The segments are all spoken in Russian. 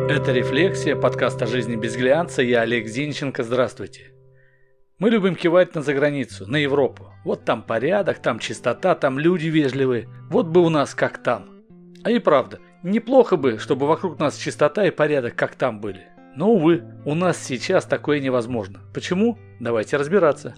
Это «Рефлексия», подкаст о жизни без глянца. Я Олег Зинченко, здравствуйте. Мы любим кивать на заграницу, на Европу. Вот там порядок, там чистота, там люди вежливые. Вот бы у нас как там. А и правда, неплохо бы, чтобы вокруг нас чистота и порядок как там были. Но, увы, у нас сейчас такое невозможно. Почему? Давайте разбираться.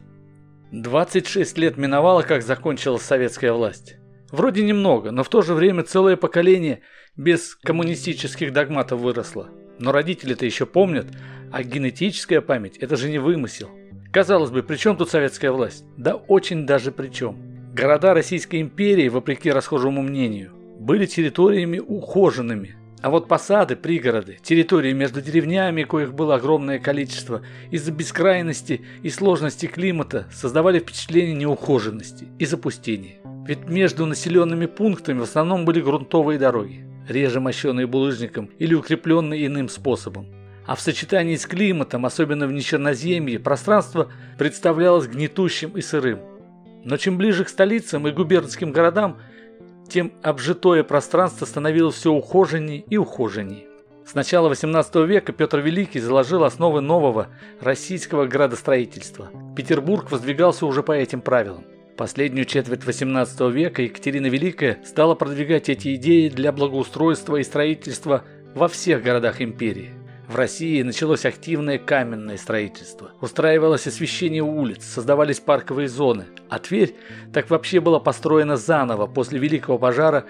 26 лет миновало, как закончилась советская власть. Вроде немного, но в то же время целое поколение без коммунистических догматов выросло. Но родители-то еще помнят, а генетическая память – это же не вымысел. Казалось бы, при чем тут советская власть? Да очень даже при чем. Города Российской империи, вопреки расхожему мнению, были территориями ухоженными. А вот посады, пригороды, территории между деревнями, коих было огромное количество, из-за бескрайности и сложности климата создавали впечатление неухоженности и запустения. Ведь между населенными пунктами в основном были грунтовые дороги, реже мощенные булыжником или укрепленные иным способом. А в сочетании с климатом, особенно в нечерноземье, пространство представлялось гнетущим и сырым. Но чем ближе к столицам и губернским городам, тем обжитое пространство становилось все ухоженнее и ухоженнее. С начала XVIII века Петр Великий заложил основы нового российского градостроительства. Петербург воздвигался уже по этим правилам. Последнюю четверть XVIII века Екатерина Великая стала продвигать эти идеи для благоустройства и строительства во всех городах империи. В России началось активное каменное строительство. Устраивалось освещение улиц, создавались парковые зоны. А Тверь так вообще была построена заново после Великого пожара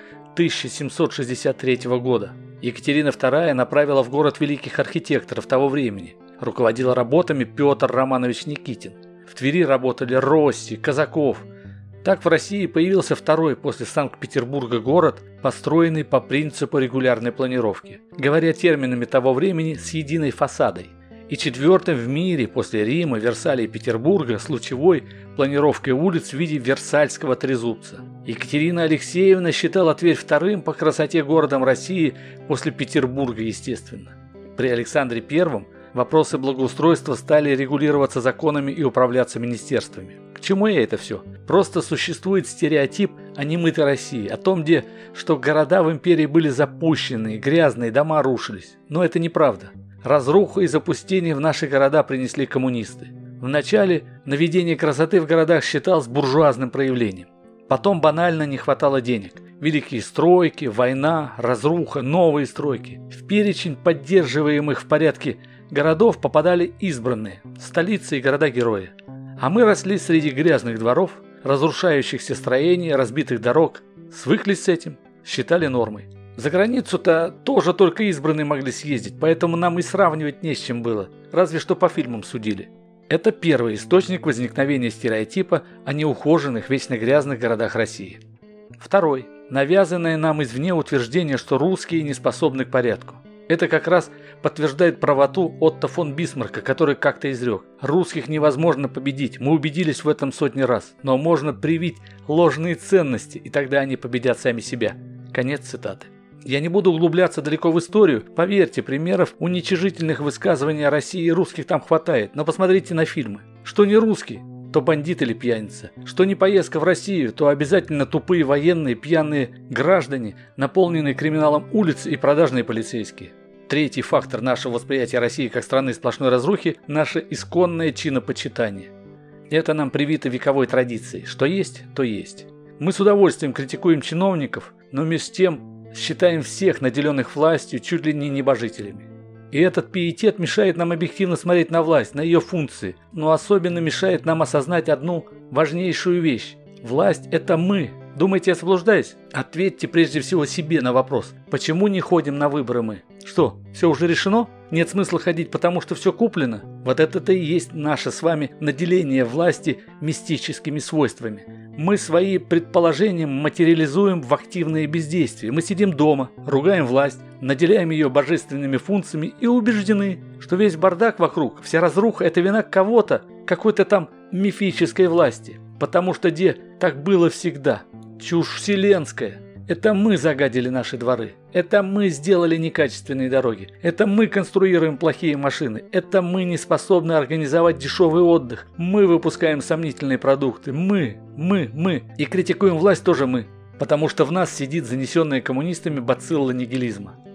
1763 года. Екатерина II направила в город великих архитекторов того времени. Руководил работами Петр Романович Никитин. В Твери работали Росси, Казаков. Так в России появился второй после Санкт-Петербурга город, построенный по принципу регулярной планировки, говоря терминами того времени, с единой фасадой. И четвертым в мире после Рима, Версаля и Петербурга с лучевой планировкой улиц в виде Версальского трезубца. Екатерина Алексеевна считала Тверь вторым по красоте городом России после Петербурга, естественно. При Александре I вопросы благоустройства стали регулироваться законами и управляться министерствами. К чему я это все? Просто существует стереотип о немытой России, о том, что города в империи были запущенные, грязные, дома рушились. Но это неправда. Разруху и запустение в наши города принесли коммунисты. Вначале наведение красоты в городах считалось буржуазным проявлением. Потом банально не хватало денег. Великие стройки, война, разруха, новые стройки. В перечень поддерживаемых в порядке городов попадали избранные, столицы и города-герои. А мы росли среди грязных дворов, разрушающихся строений, разбитых дорог. Свыклись с этим, считали нормой. За границу-то тоже только избранные могли съездить, поэтому нам и сравнивать не с чем было, разве что по фильмам судили. Это первый источник возникновения стереотипа о неухоженных, вечно грязных городах России. Второй. Навязанное нам извне утверждение, что русские не способны к порядку. Это как раз подтверждает правоту Отто фон Бисмарка, который как-то изрек: «Русских невозможно победить, мы убедились в этом сотни раз, но можно привить ложные ценности, и тогда они победят сами себя». Конец цитаты. Я не буду углубляться далеко в историю, поверьте, примеров уничижительных высказываний о России и русских там хватает, но посмотрите на фильмы. Что не русский, то бандит или пьяница. Что не поездка в Россию, то обязательно тупые военные, пьяные граждане, наполненные криминалом улицы и продажные полицейские. Третий фактор нашего восприятия России как страны сплошной разрухи – наше исконное чинопочитание. Это нам привито вековой традицией. Что есть, то есть. Мы с удовольствием критикуем чиновников, но между тем считаем всех наделенных властью чуть ли не небожителями. И этот пиетет мешает нам объективно смотреть на власть, на ее функции, но особенно мешает нам осознать одну важнейшую вещь. Власть – это мы. Думаете, я заблуждаюсь? Ответьте прежде всего себе на вопрос. Почему не ходим на выборы мы? Что, все уже решено? Нет смысла ходить, потому что все куплено? Вот это-то и есть наше с вами наделение власти мистическими свойствами. Мы свои предположения материализуем в активное бездействие. Мы сидим дома, ругаем власть, наделяем ее божественными функциями и убеждены, что весь бардак вокруг, вся разруха – это вина кого-то, какой-то там мифической власти. Потому что так было всегда. Чушь вселенская. Это мы загадили наши дворы. Это мы сделали некачественные дороги. Это мы конструируем плохие машины. Это мы не способны организовать дешевый отдых. Мы выпускаем сомнительные продукты. Мы. И критикуем власть тоже мы. Потому что в нас сидит занесенная коммунистами бацилла нигилизма.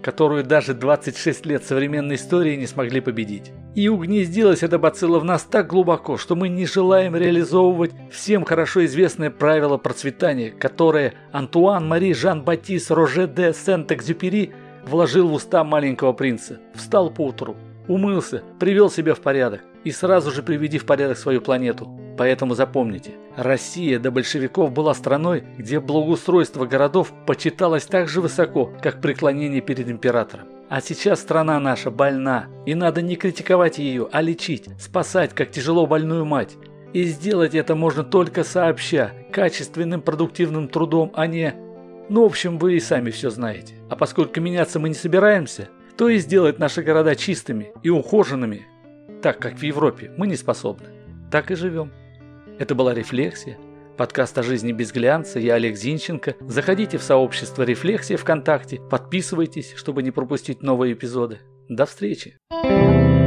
которую даже 26 лет современной истории не смогли победить. И угнездилась эта бацилла в нас так глубоко, что мы не желаем реализовывать всем хорошо известное правило процветания, которое Антуан Мари Жан-Батист Роже де Сент-Экзюпери вложил в уста маленького принца. Встал поутру, умылся, привел себя в порядок и сразу же приведи в порядок свою планету. Поэтому запомните, Россия до большевиков была страной, где благоустройство городов почиталось так же высоко, как преклонение перед императором. А сейчас страна наша больна, и надо не критиковать ее, а лечить, спасать, как тяжело больную мать. И сделать это можно только сообща, качественным продуктивным трудом, а не... Ну, в общем, вы и сами все знаете. А поскольку меняться мы не собираемся, то и сделать наши города чистыми и ухоженными, так как в Европе, мы не способны. Так и живем. Это была «Рефлексия», подкаст о жизни без глянца. Я Олег Зинченко. Заходите в сообщество «Рефлексия» ВКонтакте, подписывайтесь, чтобы не пропустить новые эпизоды. До встречи!